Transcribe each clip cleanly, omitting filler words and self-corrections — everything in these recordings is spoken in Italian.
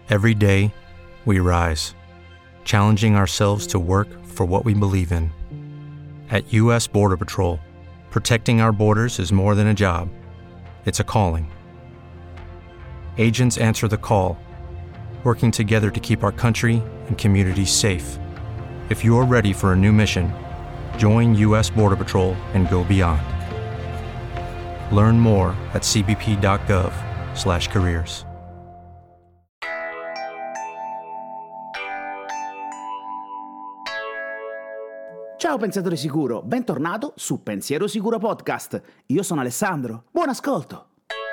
Every day, we rise, challenging ourselves to work for what we believe in. At U.S. Border Patrol, protecting our borders is more than a job. It's a calling. Agents answer the call, working together to keep our country and communities safe. If you're ready for a new mission, join U.S. Border Patrol and go beyond. Learn more at cbp.gov/careers. Ciao pensatore sicuro, bentornato su Pensiero Sicuro Podcast. Io sono Alessandro, buon ascolto!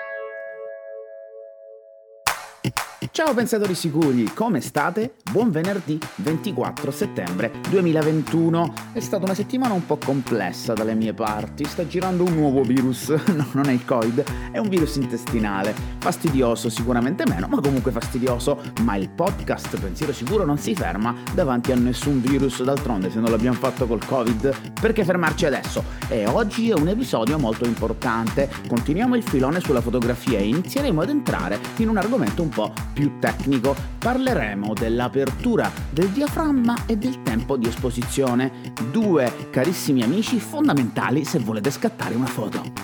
Ciao pensatori sicuri, come state? Buon venerdì 24 settembre 2021. È stata una settimana un po' complessa dalle mie parti. Sta girando un nuovo virus, no, non è il Covid, è un virus intestinale. Fastidioso sicuramente meno, ma comunque fastidioso. Ma il podcast Pensiero Sicuro non si ferma davanti a nessun virus. D'altronde, se non l'abbiamo fatto col Covid, perché fermarci adesso? E oggi è un episodio molto importante. Continuiamo il filone sulla fotografia e inizieremo ad entrare in un argomento un po' più tecnico. Parleremo dell'apertura del diaframma e del tempo di esposizione, due carissimi amici fondamentali se volete scattare una foto.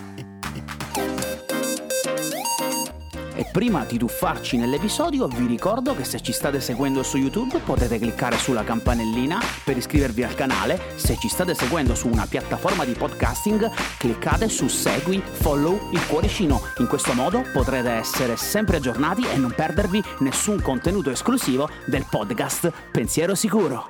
E prima di tuffarci nell'episodio vi ricordo che se ci state seguendo su YouTube potete cliccare sulla campanellina per iscrivervi al canale. Se ci state seguendo su una piattaforma di podcasting cliccate su segui, follow, il cuoricino. In questo modo potrete essere sempre aggiornati e non perdervi nessun contenuto esclusivo del podcast Pensiero Sicuro.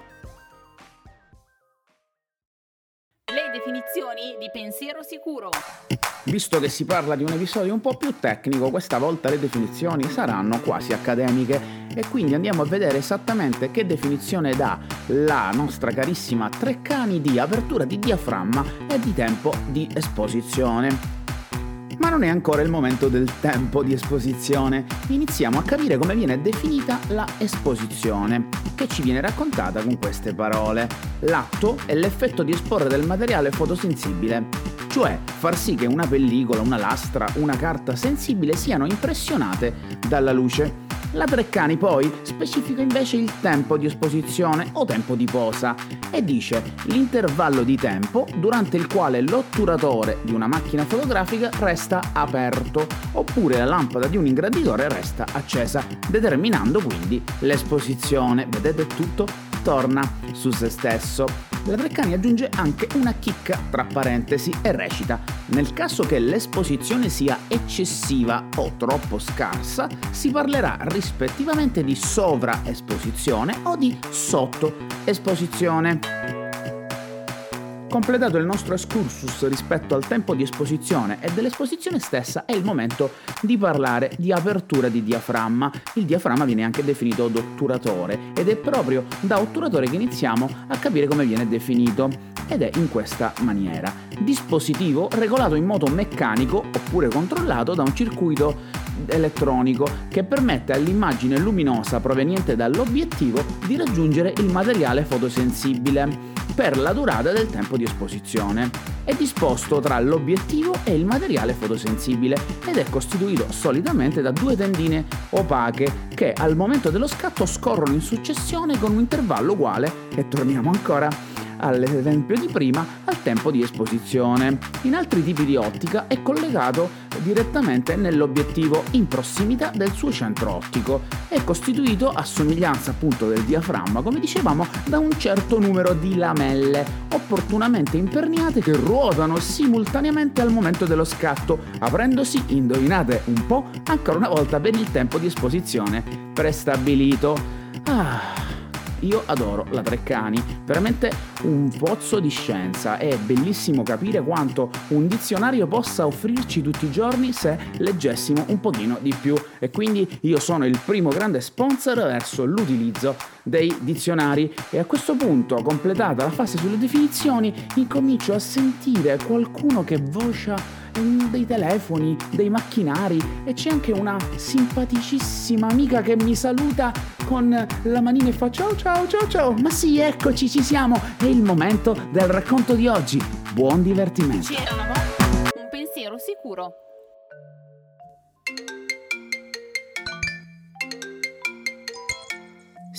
Le definizioni di Pensiero Sicuro. Visto che si parla di un episodio un po' più tecnico, questa volta le definizioni saranno quasi accademiche e quindi andiamo a vedere esattamente che definizione dà la nostra carissima Treccani di apertura di diaframma e di tempo di esposizione. Ma non è ancora il momento del tempo di esposizione. Iniziamo a capire come viene definita la esposizione, che ci viene raccontata con queste parole. L'atto è l'effetto di esporre del materiale fotosensibile, cioè far sì che una pellicola, una lastra, una carta sensibile siano impressionate dalla luce. La Treccani poi specifica invece il tempo di esposizione o tempo di posa e dice l'intervallo di tempo durante il quale l'otturatore di una macchina fotografica resta aperto oppure la lampada di un ingranditore resta accesa, determinando quindi l'esposizione. Vedete, tutto torna su se stesso. La Treccani aggiunge anche una chicca tra parentesi e recita: nel caso che l'esposizione sia eccessiva o troppo scarsa, si parlerà rispettivamente di sovraesposizione o di sottoesposizione. Completato il nostro excursus rispetto al tempo di esposizione e dell'esposizione stessa, è il momento di parlare di apertura di diaframma. Il diaframma viene anche definito otturatore ed è proprio da otturatore che iniziamo a capire come viene definito. Ed è in questa maniera: dispositivo regolato in modo meccanico oppure controllato da un circuito elettronico che permette all'immagine luminosa proveniente dall'obiettivo di raggiungere il materiale fotosensibile per la durata del tempo di esposizione. È disposto tra l'obiettivo e il materiale fotosensibile ed è costituito solitamente da due tendine opache che al momento dello scatto scorrono in successione con un intervallo uguale, e torniamo ancora all'esempio di prima, al tempo di esposizione. In altri tipi di ottica è collegato direttamente nell'obiettivo in prossimità del suo centro ottico. È costituito, a somiglianza appunto del diaframma, come dicevamo, da un certo numero di lamelle opportunamente imperniate che ruotano simultaneamente al momento dello scatto, aprendosi, indovinate un po', ancora una volta per il tempo di esposizione prestabilito. Io adoro la Treccani, veramente un pozzo di scienza. È bellissimo capire quanto un dizionario possa offrirci tutti i giorni se leggessimo un pochino di più, e quindi io sono il primo grande sponsor verso l'utilizzo dei dizionari. E a questo punto, completata la fase sulle definizioni, incomincio a sentire qualcuno che vocia dei telefoni, dei macchinari, e c'è anche una simpaticissima amica che mi saluta con la manina e fa ciao ciao ciao ciao. Ma sì, eccoci, ci siamo, è il momento del racconto di oggi. Buon divertimento. C'era una volta un pensiero sicuro.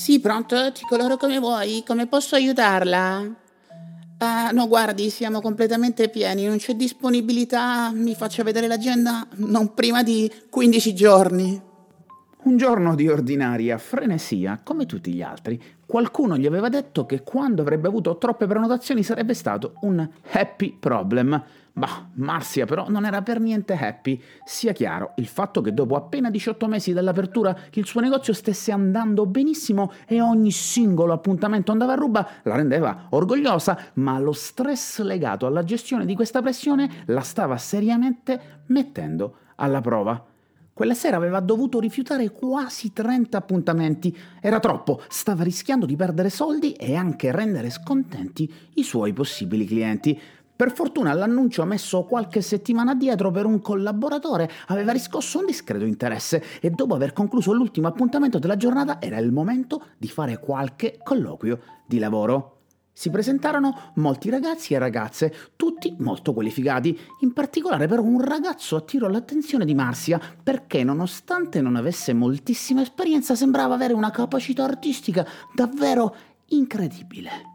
Sì, pronto? Ti coloro come vuoi? Come posso aiutarla? No, guardi, siamo completamente pieni, non c'è disponibilità. Mi faccia vedere l'agenda non prima di 15 giorni. Un giorno di ordinaria frenesia, come tutti gli altri. Qualcuno gli aveva detto che quando avrebbe avuto troppe prenotazioni sarebbe stato un happy problem. Bah, Marcia però non era per niente happy. Sia chiaro, il fatto che dopo appena 18 mesi dall'apertura il suo negozio stesse andando benissimo e ogni singolo appuntamento andava a ruba la rendeva orgogliosa, ma lo stress legato alla gestione di questa pressione la stava seriamente mettendo alla prova. Quella sera aveva dovuto rifiutare quasi 30 appuntamenti. Era troppo, stava rischiando di perdere soldi e anche rendere scontenti i suoi possibili clienti. Per fortuna l'annuncio messo qualche settimana addietro per un collaboratore aveva riscosso un discreto interesse e dopo aver concluso l'ultimo appuntamento della giornata era il momento di fare qualche colloquio di lavoro. Si presentarono molti ragazzi e ragazze, tutti molto qualificati. In particolare però un ragazzo attirò l'attenzione di Marcia perché nonostante non avesse moltissima esperienza sembrava avere una capacità artistica davvero incredibile.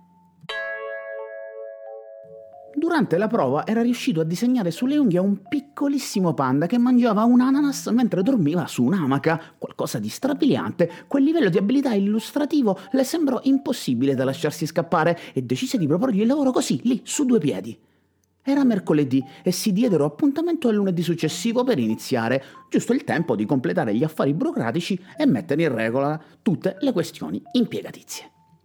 Durante la prova era riuscito a disegnare sulle unghie un piccolissimo panda che mangiava un ananas mentre dormiva su un'amaca, qualcosa di strabiliante. Quel livello di abilità illustrativo le sembrò impossibile da lasciarsi scappare e decise di proporgli il lavoro così, lì, su due piedi. Era mercoledì e si diedero appuntamento al lunedì successivo per iniziare, giusto il tempo di completare gli affari burocratici e mettere in regola tutte le questioni impiegatizie.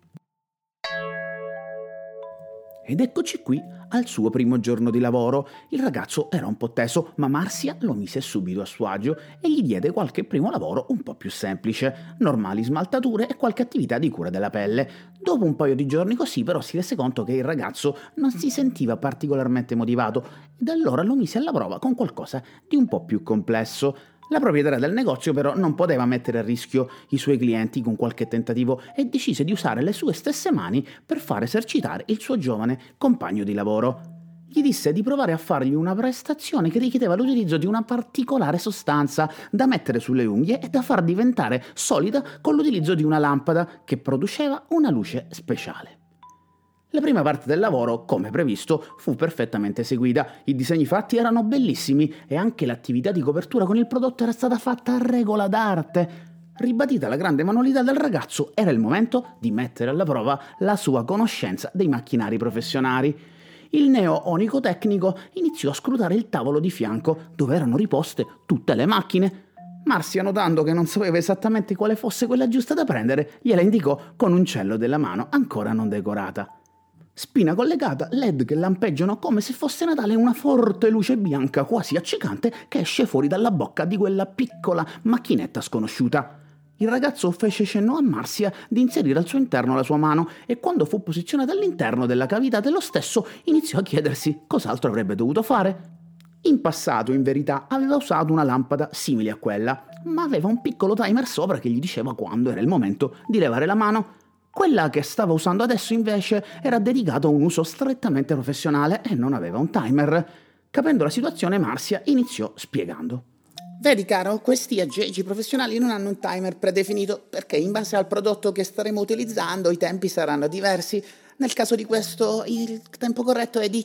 Ed eccoci qui al suo primo giorno di lavoro. Il ragazzo era un po' teso, ma Marcia lo mise subito a suo agio e gli diede qualche primo lavoro un po' più semplice, normali smaltature e qualche attività di cura della pelle. Dopo un paio di giorni così però si rese conto che il ragazzo non si sentiva particolarmente motivato ed allora lo mise alla prova con qualcosa di un po' più complesso. La proprietaria del negozio però non poteva mettere a rischio i suoi clienti con qualche tentativo e decise di usare le sue stesse mani per far esercitare il suo giovane compagno di lavoro. Gli disse di provare a fargli una prestazione che richiedeva l'utilizzo di una particolare sostanza da mettere sulle unghie e da far diventare solida con l'utilizzo di una lampada che produceva una luce speciale. La prima parte del lavoro, come previsto, fu perfettamente eseguita. I disegni fatti erano bellissimi e anche l'attività di copertura con il prodotto era stata fatta a regola d'arte. Ribadita la grande manualità del ragazzo, era il momento di mettere alla prova la sua conoscenza dei macchinari professionali. Il neo-onicotecnico iniziò a scrutare il tavolo di fianco, dove erano riposte tutte le macchine. Marcia, notando che non sapeva esattamente quale fosse quella giusta da prendere, gliela indicò con un cello della mano ancora non decorata. Spina collegata, LED che lampeggiano come se fosse Natale e una forte luce bianca quasi accecante che esce fuori dalla bocca di quella piccola macchinetta sconosciuta. Il ragazzo fece cenno a Marcia di inserire al suo interno la sua mano e quando fu posizionata all'interno della cavità dello stesso iniziò a chiedersi cos'altro avrebbe dovuto fare. In passato, in verità, aveva usato una lampada simile a quella, ma aveva un piccolo timer sopra che gli diceva quando era il momento di levare la mano. Quella che stava usando adesso invece era dedicata a un uso strettamente professionale e non aveva un timer. Capendo la situazione, Marcia iniziò spiegando. Vedi caro, questi aggeggi professionali non hanno un timer predefinito perché in base al prodotto che staremo utilizzando i tempi saranno diversi. Nel caso di questo il tempo corretto è di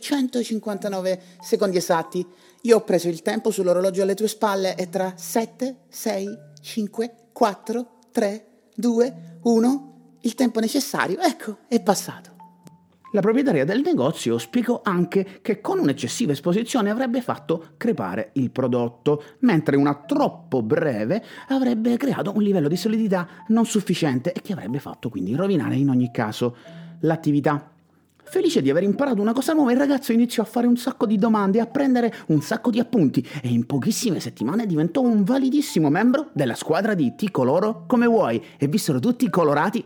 159 secondi esatti. Io ho preso il tempo sull'orologio alle tue spalle e tra 7, 6, 5, 4, 3, 2, 1... il tempo necessario, ecco, è passato. La proprietaria del negozio spiegò anche che con un'eccessiva esposizione avrebbe fatto crepare il prodotto, mentre una troppo breve avrebbe creato un livello di solidità non sufficiente e che avrebbe fatto quindi rovinare in ogni caso l'attività. Felice di aver imparato una cosa nuova, il ragazzo iniziò a fare un sacco di domande e a prendere un sacco di appunti e in pochissime settimane diventò un validissimo membro della squadra di Ti coloro come vuoi e vissero tutti colorati,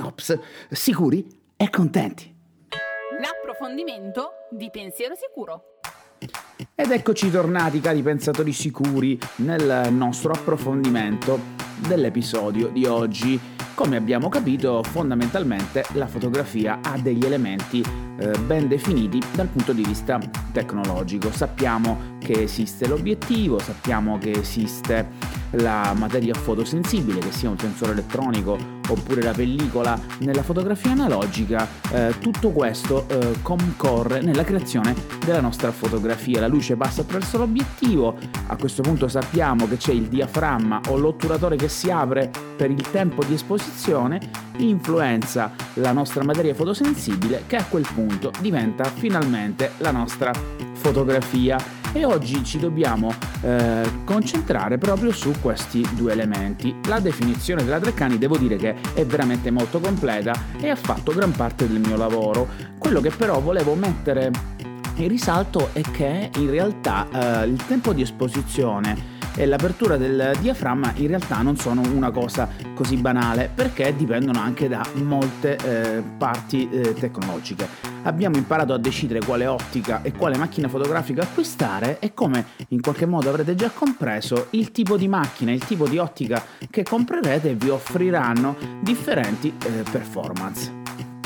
sicuri e contenti. L'approfondimento di Pensiero Sicuro. Ed eccoci tornati, cari pensatori sicuri, nel nostro approfondimento dell'episodio di oggi. Come abbiamo capito, fondamentalmente la fotografia ha degli elementi ben definiti dal punto di vista tecnologico. Sappiamo che esiste l'obiettivo, sappiamo che esiste la materia fotosensibile, che sia un sensore elettronico oppure la pellicola. Nella fotografia analogica tutto questo concorre nella creazione della nostra fotografia. La luce passa attraverso l'obiettivo, a questo punto sappiamo che c'è il diaframma o l'otturatore che si apre per il tempo di esposizione, influenza la nostra materia fotosensibile, che a quel punto diventa finalmente la nostra fotografia. E oggi ci dobbiamo concentrare proprio su questi due elementi. La definizione della Treccani devo dire che è veramente molto completa e ha fatto gran parte del mio lavoro. Quello che però volevo mettere in risalto è che in realtà il tempo di esposizione e l'apertura del diaframma in realtà non sono una cosa così banale, perché dipendono anche da molte parti tecnologiche. Abbiamo imparato a decidere quale ottica e quale macchina fotografica acquistare e, come in qualche modo avrete già compreso, il tipo di macchina, il tipo di ottica che comprerete vi offriranno differenti performance.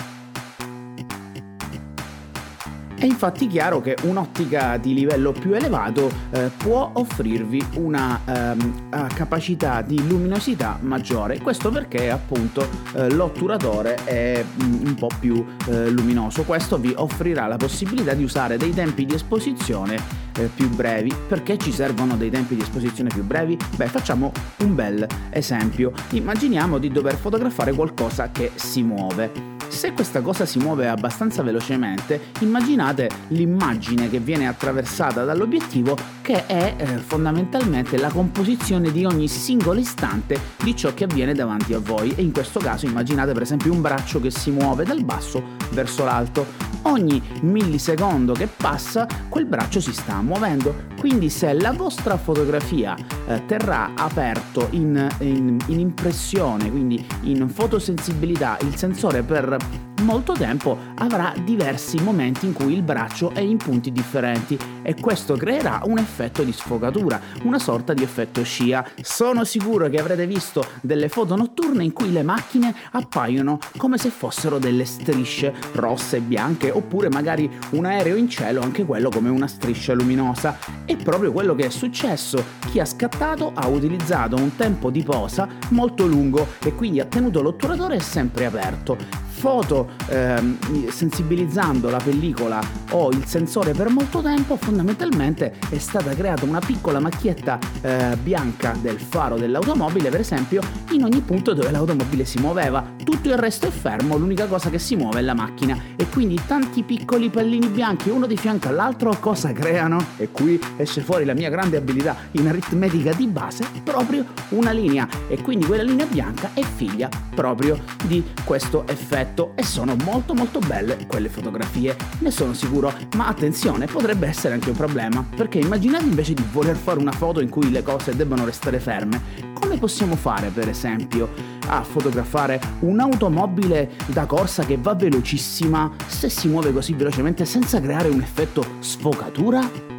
È infatti chiaro che un'ottica di livello più elevato può offrirvi una capacità di luminosità maggiore, questo perché appunto l'otturatore è un po' più luminoso. Questo vi offrirà la possibilità di usare dei tempi di esposizione più brevi. Perché ci servono dei tempi di esposizione più brevi? Beh, facciamo un bel esempio. Immaginiamo di dover fotografare qualcosa che si muove. Se questa cosa si muove abbastanza velocemente, immaginate l'immagine che viene attraversata dall'obiettivo, che è fondamentalmente la composizione di ogni singolo istante di ciò che avviene davanti a voi. E in questo caso immaginate per esempio un braccio che si muove dal basso verso l'alto. Ogni millisecondo che passa, quel braccio si sta muovendo. Quindi se la vostra fotografia terrà aperto in impressione, quindi in fotosensibilità, il sensore per molto tempo, avrà diversi momenti in cui il braccio è in punti differenti e questo creerà un effetto di sfocatura, una sorta di effetto scia. Sono sicuro che avrete visto delle foto notturne in cui le macchine appaiono come se fossero delle strisce rosse e bianche, oppure magari un aereo in cielo, anche quello come una striscia luminosa. È proprio quello che è successo. Chi ha scattato ha utilizzato un tempo di posa molto lungo e quindi ha tenuto l'otturatore sempre aperto. Sensibilizzando la pellicola o il sensore per molto tempo, fondamentalmente è stata creata una piccola macchietta bianca del faro dell'automobile, per esempio, in ogni punto dove l'automobile si muoveva. Tutto il resto è fermo, l'unica cosa che si muove è la macchina, e quindi tanti piccoli pallini bianchi uno di fianco all'altro cosa creano? E qui esce fuori la mia grande abilità in aritmetica di base, proprio una linea, e quindi quella linea bianca è figlia proprio di questo effetto. E sono molto molto belle quelle fotografie, ne sono sicuro. Ma attenzione, potrebbe essere anche un problema, perché immaginate invece di voler fare una foto in cui le cose debbano restare ferme. Come possiamo fare, per esempio, a fotografare un'automobile da corsa che va velocissima se si muove così velocemente senza creare un effetto sfocatura?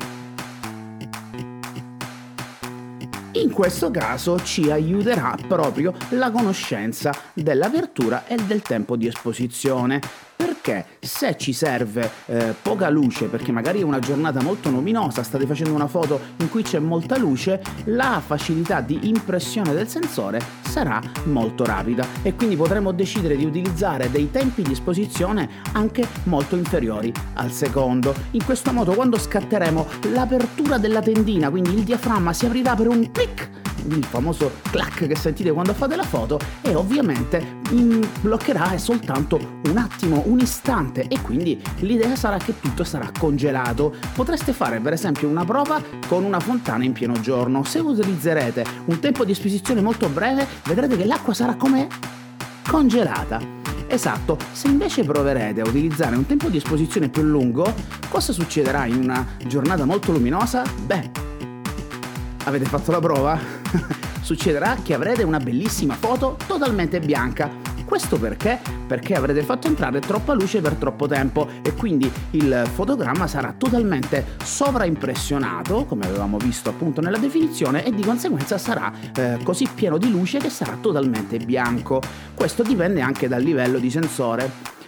In questo caso ci aiuterà proprio la conoscenza dell'apertura e del tempo di esposizione, perché se ci serve poca luce, perché magari è una giornata molto luminosa, state facendo una foto in cui c'è molta luce, la facilità di impressione del sensore sarà molto rapida e quindi potremo decidere di utilizzare dei tempi di esposizione anche molto inferiori al secondo. In questo modo, quando scatteremo l'apertura della tendina, quindi il diaframma si aprirà per un click, il famoso clac che sentite quando fate la foto, e ovviamente bloccherà soltanto un attimo, un istante, e quindi l'idea sarà che tutto sarà congelato. Potreste fare per esempio una prova con una fontana in pieno giorno. Se utilizzerete un tempo di esposizione molto breve, vedrete che l'acqua sarà come congelata. Esatto. Se invece proverete a utilizzare un tempo di esposizione più lungo, cosa succederà in una giornata molto luminosa? Beh, avete fatto la prova? Succederà che avrete una bellissima foto totalmente bianca. Questo perché? Perché avrete fatto entrare troppa luce per troppo tempo e quindi il fotogramma sarà totalmente sovraimpressionato, come avevamo visto appunto nella definizione, e di conseguenza sarà così pieno di luce che sarà totalmente bianco. Questo dipende anche dal livello di sensore.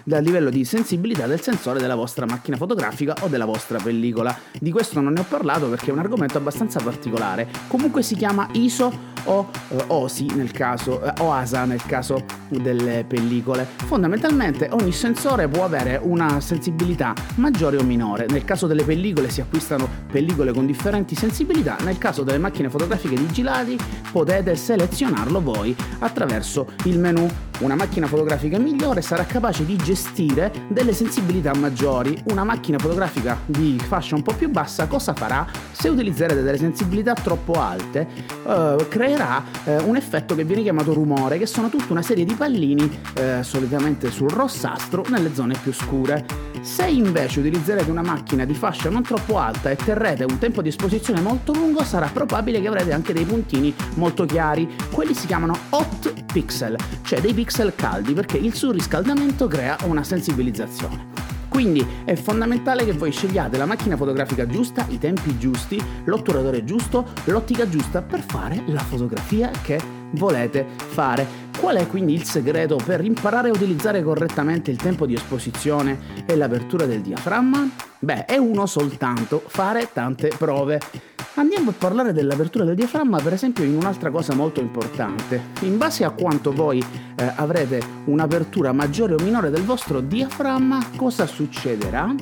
dal livello di sensibilità del sensore della vostra macchina fotografica o della vostra pellicola. Di questo non ne ho parlato perché è un argomento abbastanza particolare. Comunque si chiama ISO o OSI nel caso, OASA nel caso delle pellicole. Fondamentalmente ogni sensore può avere una sensibilità maggiore o minore. Nel caso delle pellicole si acquistano pellicole con differenti sensibilità, nel caso delle macchine fotografiche digitali potete selezionarlo voi attraverso il menu. Una macchina fotografica migliore sarà capace di gestire delle sensibilità maggiori. Una macchina fotografica di fascia un po' più bassa cosa farà? Se utilizzerete delle sensibilità troppo alte, creerà un effetto che viene chiamato rumore, che sono tutta una serie di pallini solitamente sul rossastro nelle zone più scure. Se invece utilizzerete una macchina di fascia non troppo alta e terrete un tempo di esposizione molto lungo, sarà probabile che avrete anche dei puntini molto chiari. Quelli si chiamano hot pixel, cioè dei pixel caldi, perché il surriscaldamento crea una sensibilizzazione. Quindi è fondamentale che voi scegliate la macchina fotografica giusta, i tempi giusti, l'otturatore giusto, l'ottica giusta per fare la fotografia che volete fare. Qual è quindi il segreto per imparare a utilizzare correttamente il tempo di esposizione e l'apertura del diaframma? Beh, è uno soltanto: fare tante prove. Andiamo a parlare dell'apertura del diaframma, per esempio, in un'altra cosa molto importante. In base a quanto voi avrete un'apertura maggiore o minore del vostro diaframma, cosa succederà?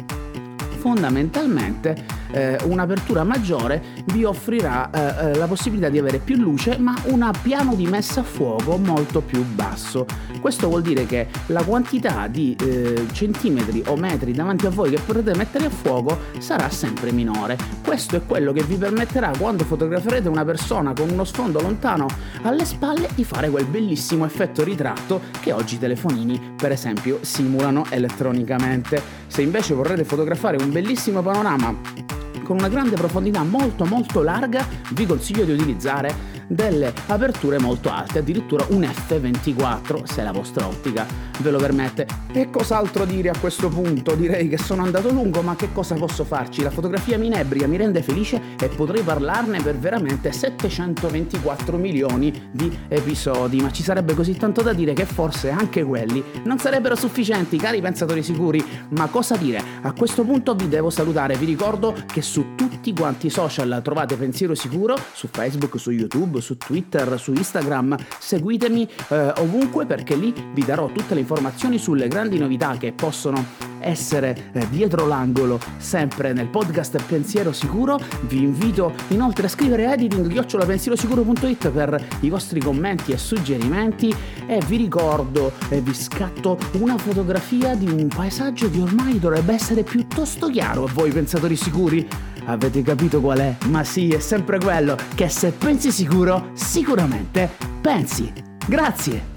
Fondamentalmente un'apertura maggiore vi offrirà la possibilità di avere più luce, ma un piano di messa a fuoco molto più basso. Questo vuol dire che la quantità di centimetri o metri davanti a voi che potrete mettere a fuoco sarà sempre minore. Questo è quello che vi permetterà, quando fotograferete una persona con uno sfondo lontano alle spalle, di fare quel bellissimo effetto ritratto che oggi i telefonini, per esempio, simulano elettronicamente. Se invece vorrete fotografare un bellissimo panorama con una grande profondità molto larga, vi consiglio di utilizzare delle aperture molto alte, addirittura un f24 se la vostra ottica ve lo permette. E cos'altro dire a questo punto? Direi che sono andato lungo, ma che cosa posso farci? La fotografia mi inebrica, mi rende felice e potrei parlarne per veramente 724 milioni di episodi, ma ci sarebbe così tanto da dire che forse anche quelli non sarebbero sufficienti, cari pensatori sicuri. Ma cosa dire? A questo punto vi devo salutare. Vi ricordo che su tutti quanti i social trovate Pensiero Sicuro, su Facebook, su YouTube, su Twitter, su Instagram. Seguitemi ovunque, perché lì vi darò tutte le informazioni sulle grandi novità che possono essere dietro l'angolo sempre nel podcast Pensiero Sicuro. Vi invito inoltre a scrivere editing@pensierosicuro.it per i vostri commenti e suggerimenti, e vi ricordo e vi scatto una fotografia di un paesaggio che ormai dovrebbe essere piuttosto chiaro a voi pensatori sicuri. Avete capito qual è? Ma sì, è sempre quello, che se pensi sicuro, sicuramente pensi. Grazie!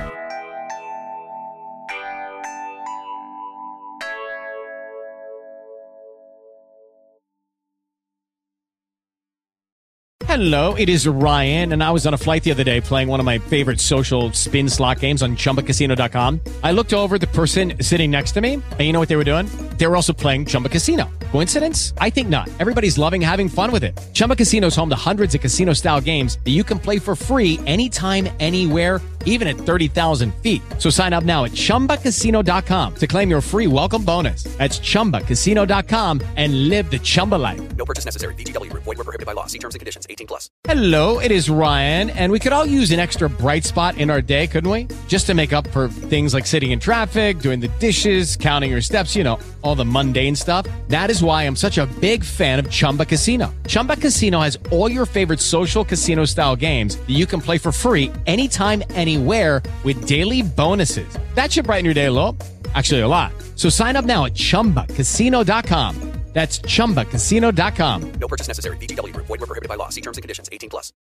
Hello, it is Ryan, and I was on a flight the other day playing one of my favorite social spin slot games on ChumbaCasino.com. I looked over at the person sitting next to me, and you know what they were doing? They were also playing Chumba Casino. Coincidence? I think not. Everybody's loving having fun with it. Chumba Casino is home to hundreds of casino-style games that you can play for free anytime, anywhere, even at 30,000 feet. So sign up now at ChumbaCasino.com to claim your free welcome bonus. That's ChumbaCasino.com and live the Chumba life. No purchase necessary. VGW. Void where prohibited by law. See terms and conditions. 18+. Hello, it is Ryan, and we could all use an extra bright spot in our day, couldn't we? Just to make up for things like sitting in traffic, doing the dishes, counting your steps, you know, all the mundane stuff. That is why I'm such a big fan of Chumba Casino. Chumba Casino has all your favorite social casino-style games that you can play for free anytime, anywhere with daily bonuses. That should brighten your day a little. Actually, a lot. So sign up now at ChumbaCasino.com. That's ChumbaCasino.com. No purchase necessary. VGW. Void where prohibited by law. See terms and conditions. 18+.